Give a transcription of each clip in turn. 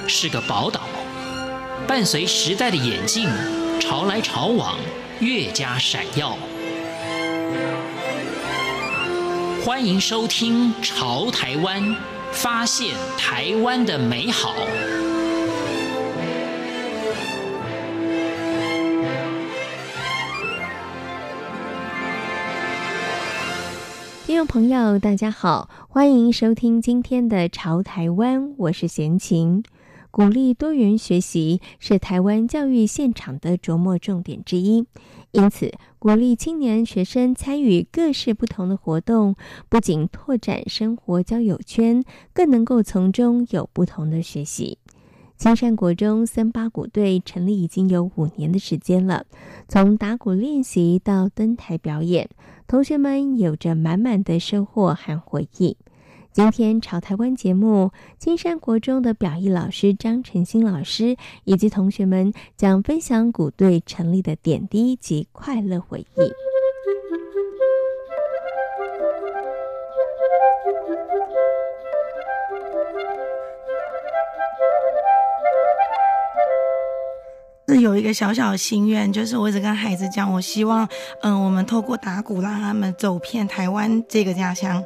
是个宝岛，伴随时代的演进，潮来潮往，越加闪耀。欢迎收听《潮台湾》，发现台湾的美好。 听众朋友大家好，欢迎收听今天的潮台湾，我是贤琴。鼓励多元学习是台湾教育现场的琢磨重点之一，因此鼓励青年学生参与各式不同的活动，不仅拓展生活交友圈，更能够从中有不同的学习。金山国中森巴鼓队成立已经有5年的时间了，从打鼓练习到登台表演，同学们有着满满的收获和回忆。今天潮台湾节目，金山国中的表艺老师张晨星老师以及同学们将分享鼓队成立的点滴及快乐回忆。 有一个小小的心愿，就是我一直跟孩子讲，我希望我们透过打鼓让他们走遍台湾这个家乡。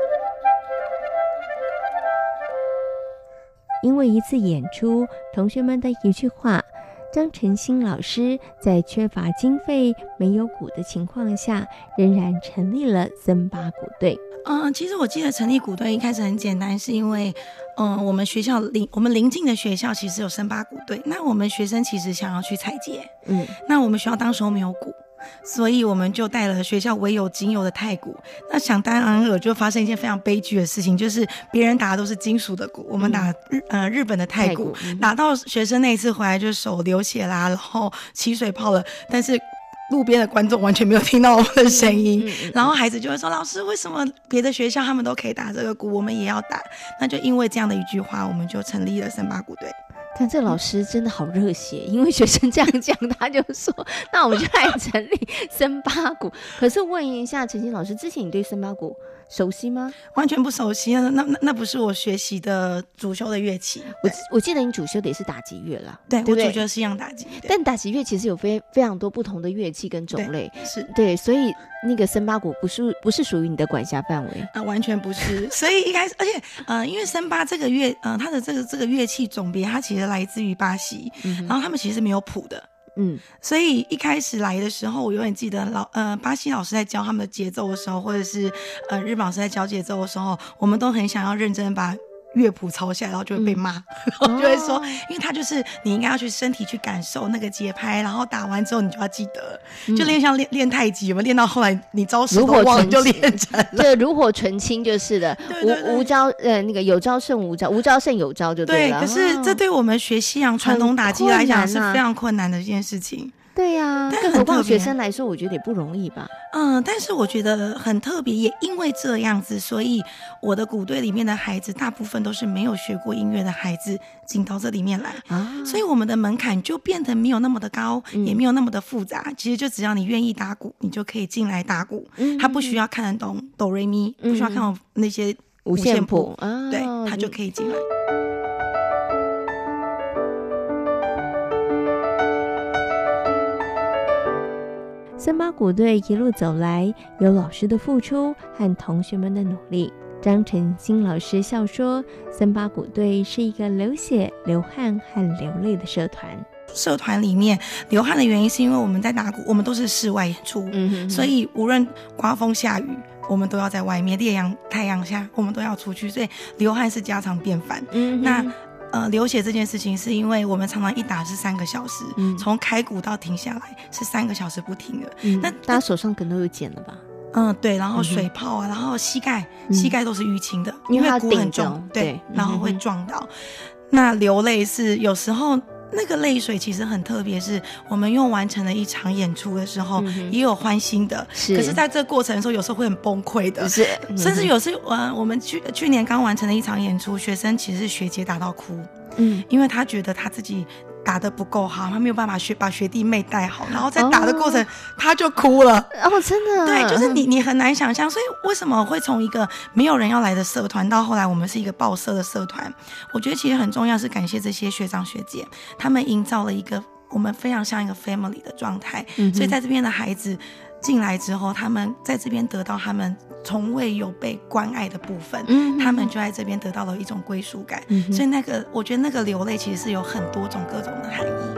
因为一次演出，同学们的一句话，张晨星老师在缺乏经费、没有鼓的情况下，仍然成立了森巴鼓队。 其实我记得成立鼓队一开始很简单，是因为我们学校我们邻近的学校其实有森巴鼓队，那我们学生其实想要去采撷，那我们学校当时候没有鼓，所以我们就带了学校唯有仅有的太鼓。那想当然尔就发生一件非常悲剧的事情，就是别人打的都是金属的鼓，我们打日本的太鼓，打到学生那一次回来就手流血啦，然后起水泡了，但是路边的观众完全没有听到我们的声音，然后孩子就会说，老师为什么别的学校他们都可以打这个鼓，我们也要打？那就因为这样的一句话，我们就成立了森巴鼓队。 看这老师真的好热血，因为学生这样讲，他就说那我们就来成立森巴鼓。可是问一下晨星老师，之前你对森巴鼓熟悉吗？ 完全不熟悉，那不是我学习的主修的乐器。 我记得你主修的也是打击乐啦， 对， 对不对？ 我主修西洋打击， 但打击乐其实有非常多不同的乐器跟种类， 是对，所以那个森巴鼓不是属于你的管辖范围完全不是。所以一开始，而且因为森巴这个乐它的这个乐器种别，它其实来自于巴西，然后他们其实没有谱的。所以一开始来的时候，我永远记得巴西老师在教他们的节奏的时候，或者是日本老师在教节奏的时候，我们都很想要认真把乐谱抄下来，然后就会被骂，然后就会说，因为他就是你应该要去身体去感受那个节拍，然后打完之后你就要记得，就像练太极，有没有练到后来你招式都忘了就练成了， 对，炉火纯青就是的，无招那个有招胜无招，无招胜有招就对了。 对，可是这对我们学西洋传统打击来讲是非常困难的一件事情。 对呀，更何况学生来说，我觉得也不容易吧。 但是我觉得很特别，也因为这样子，所以我的鼓队里面的孩子大部分都是没有学过音乐的孩子进到这里面来，所以我们的门槛就变得没有那么的高，也没有那么的复杂。其实就只要你愿意打鼓，你就可以进来打鼓。他不需要看得懂哆瑞咪，不需要看懂那些五线谱，对，他就可以进来。 森巴鼓队一路走来，有老师的付出和同学们的努力。张晨星老师笑说，森巴鼓队是一个流血、流汗和流泪的社团。 社团里面流汗的原因是因为我们在打鼓，我们都是室外演出，所以无论刮风下雨，我们都要在外面，烈阳太阳下我们都要出去，所以流汗是家常便饭。那流血这件事情是因为我们常常一打是3个小时，从开鼓到停下来是3个小时不停的。 那大家手上可能都有茧了吧？ 对，然后水泡啊，然后膝盖都是淤青的， 因为鼓很重，对，然后会撞到。那流泪是有时候那个泪水其实很特别，是我们用完成了一场演出的时候，也有欢欣的，可是在这个过程的时候有时候会很崩溃的，甚至有时我们去年刚完成的一场演出，学生其实是学姐打到哭，因为他觉得他自己打得不够好，他没有办法把学弟妹带好，然后在打的过程他就哭了。 真的。 对，就是你很难想象，所以为什么会从一个没有人要来的社团到后来我们是一个报社的社团，我觉得其实很重要是感谢这些学长学姐，他们营造了一个我们非常像一个 family 的状态，所以在这边的孩子进来之后，他们在这边得到他们从未有被关爱的部分，他们就在这边得到了一种归属感，所以我觉得那个流泪其实是有很多种各种的含义。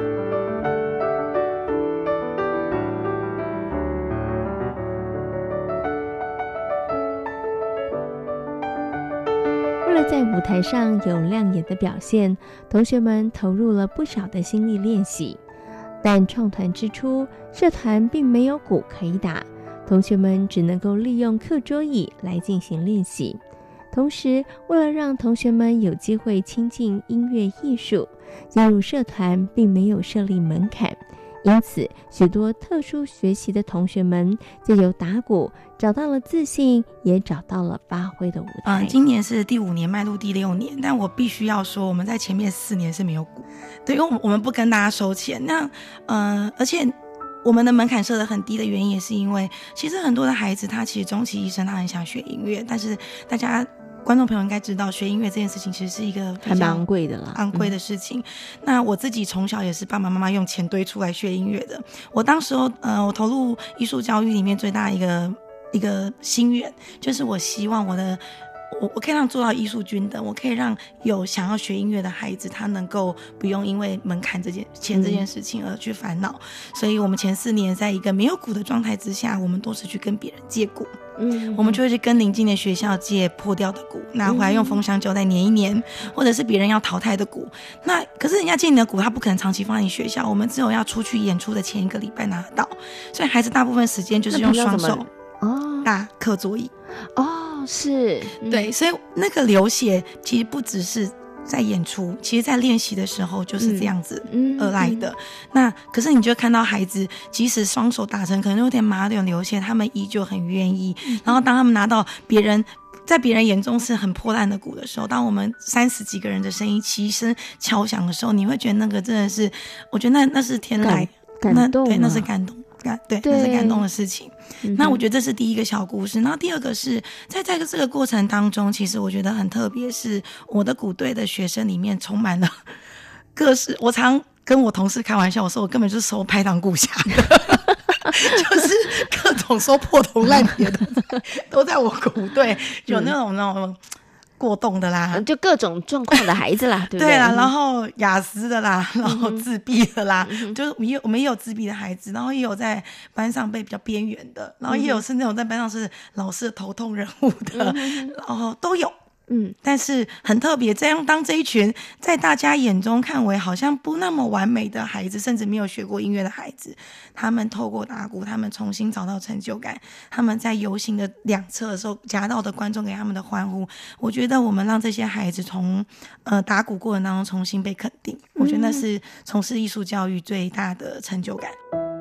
为了在舞台上有亮眼的表现，同学们投入了不少的心力练习。但创团之初，社团并没有鼓可以打，同学们只能够利用课桌椅来进行练习。同时，为了让同学们有机会亲近音乐艺术，进入社团并没有设立门槛，因此许多特殊学习的同学们借由打鼓找到了自信，也找到了发挥的舞台。 今年是第5年，迈入第6年，但我必须要说，我们在前面4年是没有鼓，对，因为我们不跟大家收钱。那而且我们的门槛设得很低的原因，也是因为其实很多的孩子他其实终其一生他很想学音乐，但是大家观众朋友应该知道，学音乐这件事情其实是一个还蛮昂贵的啦， 昂贵的事情。那我自己从小也是爸爸妈妈用钱堆出来学音乐的。我当时候我投入艺术教育里面最大一个心愿，就是我希望我可以让做到艺术均等，我可以让有想要学音乐的孩子，他能够不用因为门槛钱这件事情而去烦恼。所以我们前4年在一个没有鼓的状态之下，我们都是去跟别人借鼓。我们就会去跟邻近的学校借破掉的鼓，拿回来用封箱胶带粘一粘，或者是别人要淘汰的鼓。那可是人家借你的鼓，他不可能长期放在你学校，我们只有要出去演出的前1个礼拜拿得到，所以孩子大部分时间就是用双手打课桌椅。 是， 对，所以那个流血其实不只是在演出，其实在练习的时候就是这样子而来的。那可是你就看到孩子即使双手打成可能有点麻有点流血，他们依旧很愿意。然后当他们拿到在别人眼中是很破烂的鼓的时候，当我们30几个人的声音齐声敲响的时候，你会觉得那个真的是，我觉得那是天籁感动， 对，那是感动。对，那是感动的事情。那我觉得这是第一个小故事。然后第二个是在这个过程当中，其实我觉得很特别，是我的鼓队的学生里面充满了各式。我常跟我同事开玩笑，我说我根本就是收拍档鼓侠的就是各种收破铜烂铁的都在我鼓队，有那种过动的啦， 就各种状况的孩子啦，对不对？ 对啦，然后雅思的啦，然后自闭的啦，就是我们也有自闭的孩子，然后也有在班上被比较边缘的，然后也有是那种在班上是老师的头痛人物的，然后都有。但是很特别，当这一群在大家眼中看为好像不那么完美的孩子，甚至没有学过音乐的孩子，他们透过打鼓，他们重新找到成就感，他们在游行的两侧的时候夹道的观众给他们的欢呼，我觉得我们让这些孩子从打鼓过程当中重新被肯定，我觉得那是从事艺术教育最大的成就感。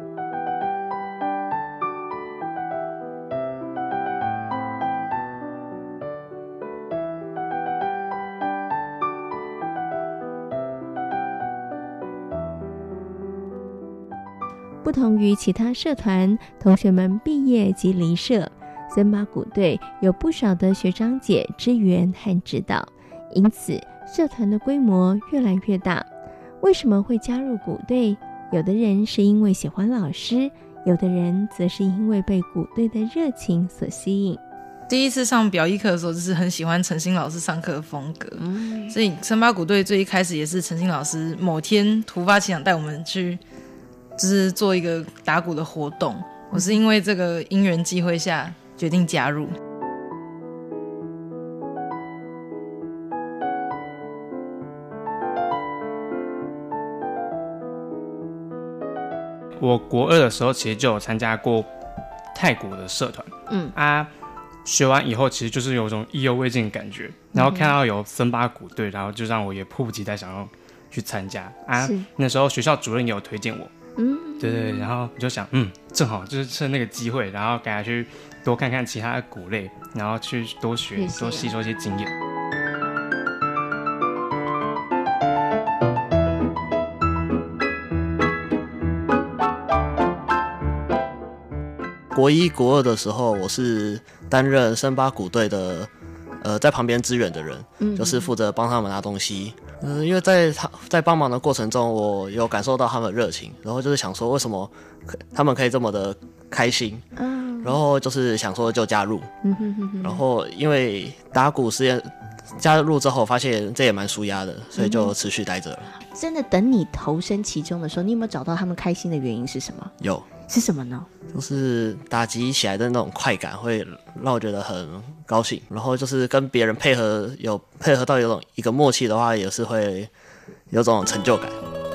不同于其他社团，同学们毕业即离社，森巴鼓队有不少的学长姐支援和指导，因此社团的规模越来越大。为什么会加入鼓队？有的人是因为喜欢老师，有的人则是因为被鼓队的热情所吸引。 第一次上表艺课的时候，就是很喜欢陈星老师上课的风格，所以森巴鼓队最一开始也是陈星老师某天突发奇想带我们去就是做一个打鼓的活动，我是因为这个因缘际会下决定加入。 我国2的时候其实就有参加过太鼓的社团，学完以后其实就是有种意犹未尽的感觉，然后看到有森巴鼓队，然后就让我也迫不及待想要去参加那时候学校主任也有推荐我，对，然后我就想正好就是趁那个机会，然后赶快去多看看其他的鼓类，然后去多学多吸收一些经验。 国1、国2的时候，我是担任森巴鼓队的在旁边支援的人，就是负责帮他们拿东西。因为在帮忙的过程中，我有感受到他们的热情，然后就是想说为什么他们可以这么的开心，然后就是想说就加入，然后因为打鼓实验加入之后，发现这也蛮舒压的，所以就持续待着了。 真的，等你投身其中的时候，你有没有找到他们开心的原因是什么？ 有， 是什么呢？ 就是打击起来的那种快感，会让我觉得很高兴。然后就是跟别人配合到有一个默契的话，也是会有种成就感。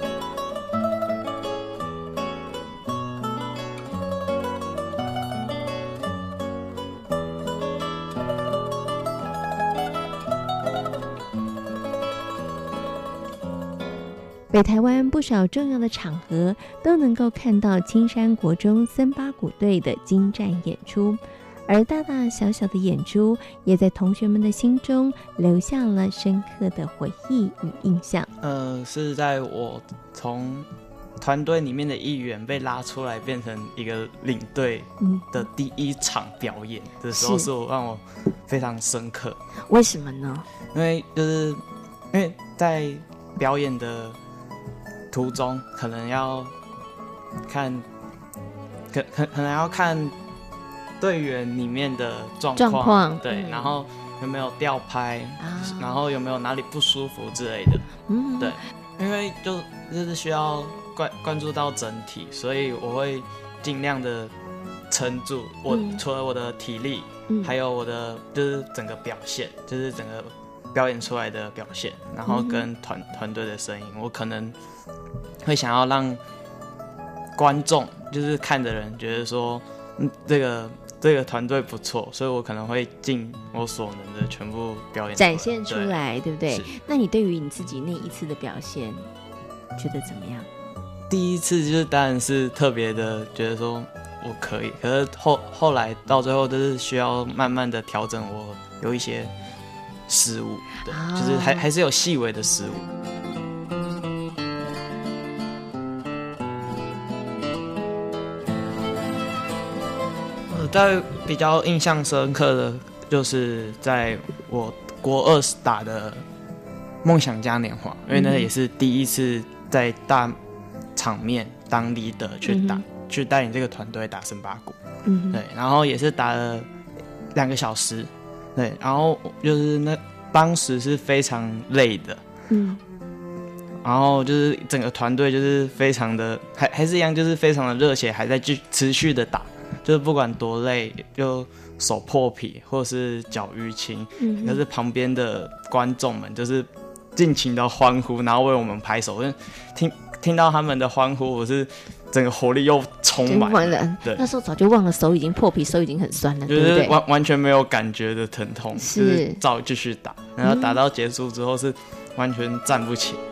北台湾不少重要的场合都能够看到青山国中森巴鼓队的精湛演出，而大大小小的演出也在同学们的心中留下了深刻的回忆与印象。 是在我从团队里面的一员被拉出来变成一个领队的第一场表演的时候，是让我非常深刻。 为什么呢？ 因为在表演的途中，可能要看，可能要看队员里面的状况，对，然后有没有掉拍，然后有没有哪里不舒服之类的，对，因为就是需要关注到整体，所以我会尽量的撑住我，除了我的体力，还有我的就是整个表现，就是整个表演出来的表现，然后跟团队的声音，我可能会想要让观众，就是看的人觉得说，这个团队不错，所以我可能会尽我所能的全部表演展现出来， 对不对？那你对于你自己那一次的表现，觉得怎么样？ 第一次就是当然是特别的觉得说我可以，可是后来到最后都是需要慢慢的调整，我有一些失误，对，就是还是有细微的失误。在比较印象深刻的，就是在我国2打的梦想嘉年华，因为那也是第一次在大场面当 leader 去带领这个团队打森巴鼓，对，然后也是打了2个小时，对，然后就是当时是非常累的，然后就是整个团队就是非常的还是一样，就是非常的热血，还在持续的打。就是不管多累，就手破皮或是脚淤青，可是旁边的观众们就是尽情的欢呼，然后为我们拍手。听到他们的欢呼，我是整个活力又充满了。对， 那时候早就忘了手已经破皮，手已经很酸了， 就是对不对？ 完全没有感觉的疼痛，就是照继续打，然后打到结束之后是完全站不起。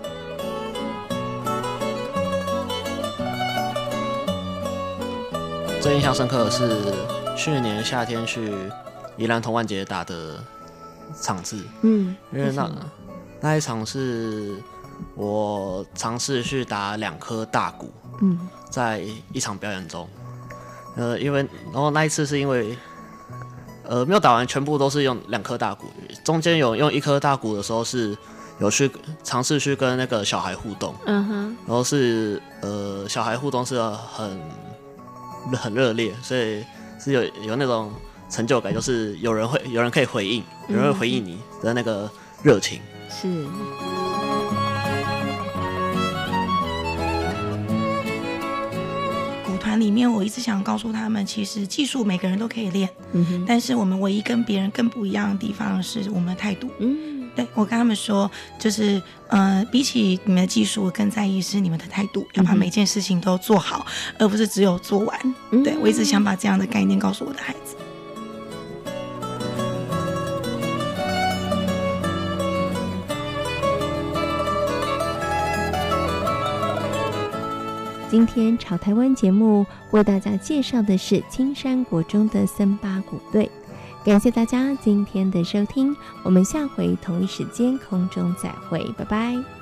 最印象深刻的是去年夏天去宜兰童玩节打的场次，因为那一场是我尝试去打2颗大鼓，在一场表演中，因为然后那一次是因为没有打完全部都是用2颗大鼓，中间有用1颗大鼓的时候是有去尝试去跟那个小孩互动，然后是小孩互动是很热烈，所以是有那种成就感，就是有人可以回应，有人会回应你的那个热情。 是。 鼓团里面，我一直想告诉他们，其实技术每个人都可以练，但是我们唯一跟别人更不一样的地方是我们的态度。对，我跟他们说，就是比起你们的技术，我更在意是你们的态度，要把每件事情都做好，而不是只有做完。对，我一直想把这样的概念告诉我的孩子。 今天潮台湾节目为大家介绍的是青山国中的森巴鼓队。感谢大家今天的收听，我们下回同一时间空中再会，拜拜。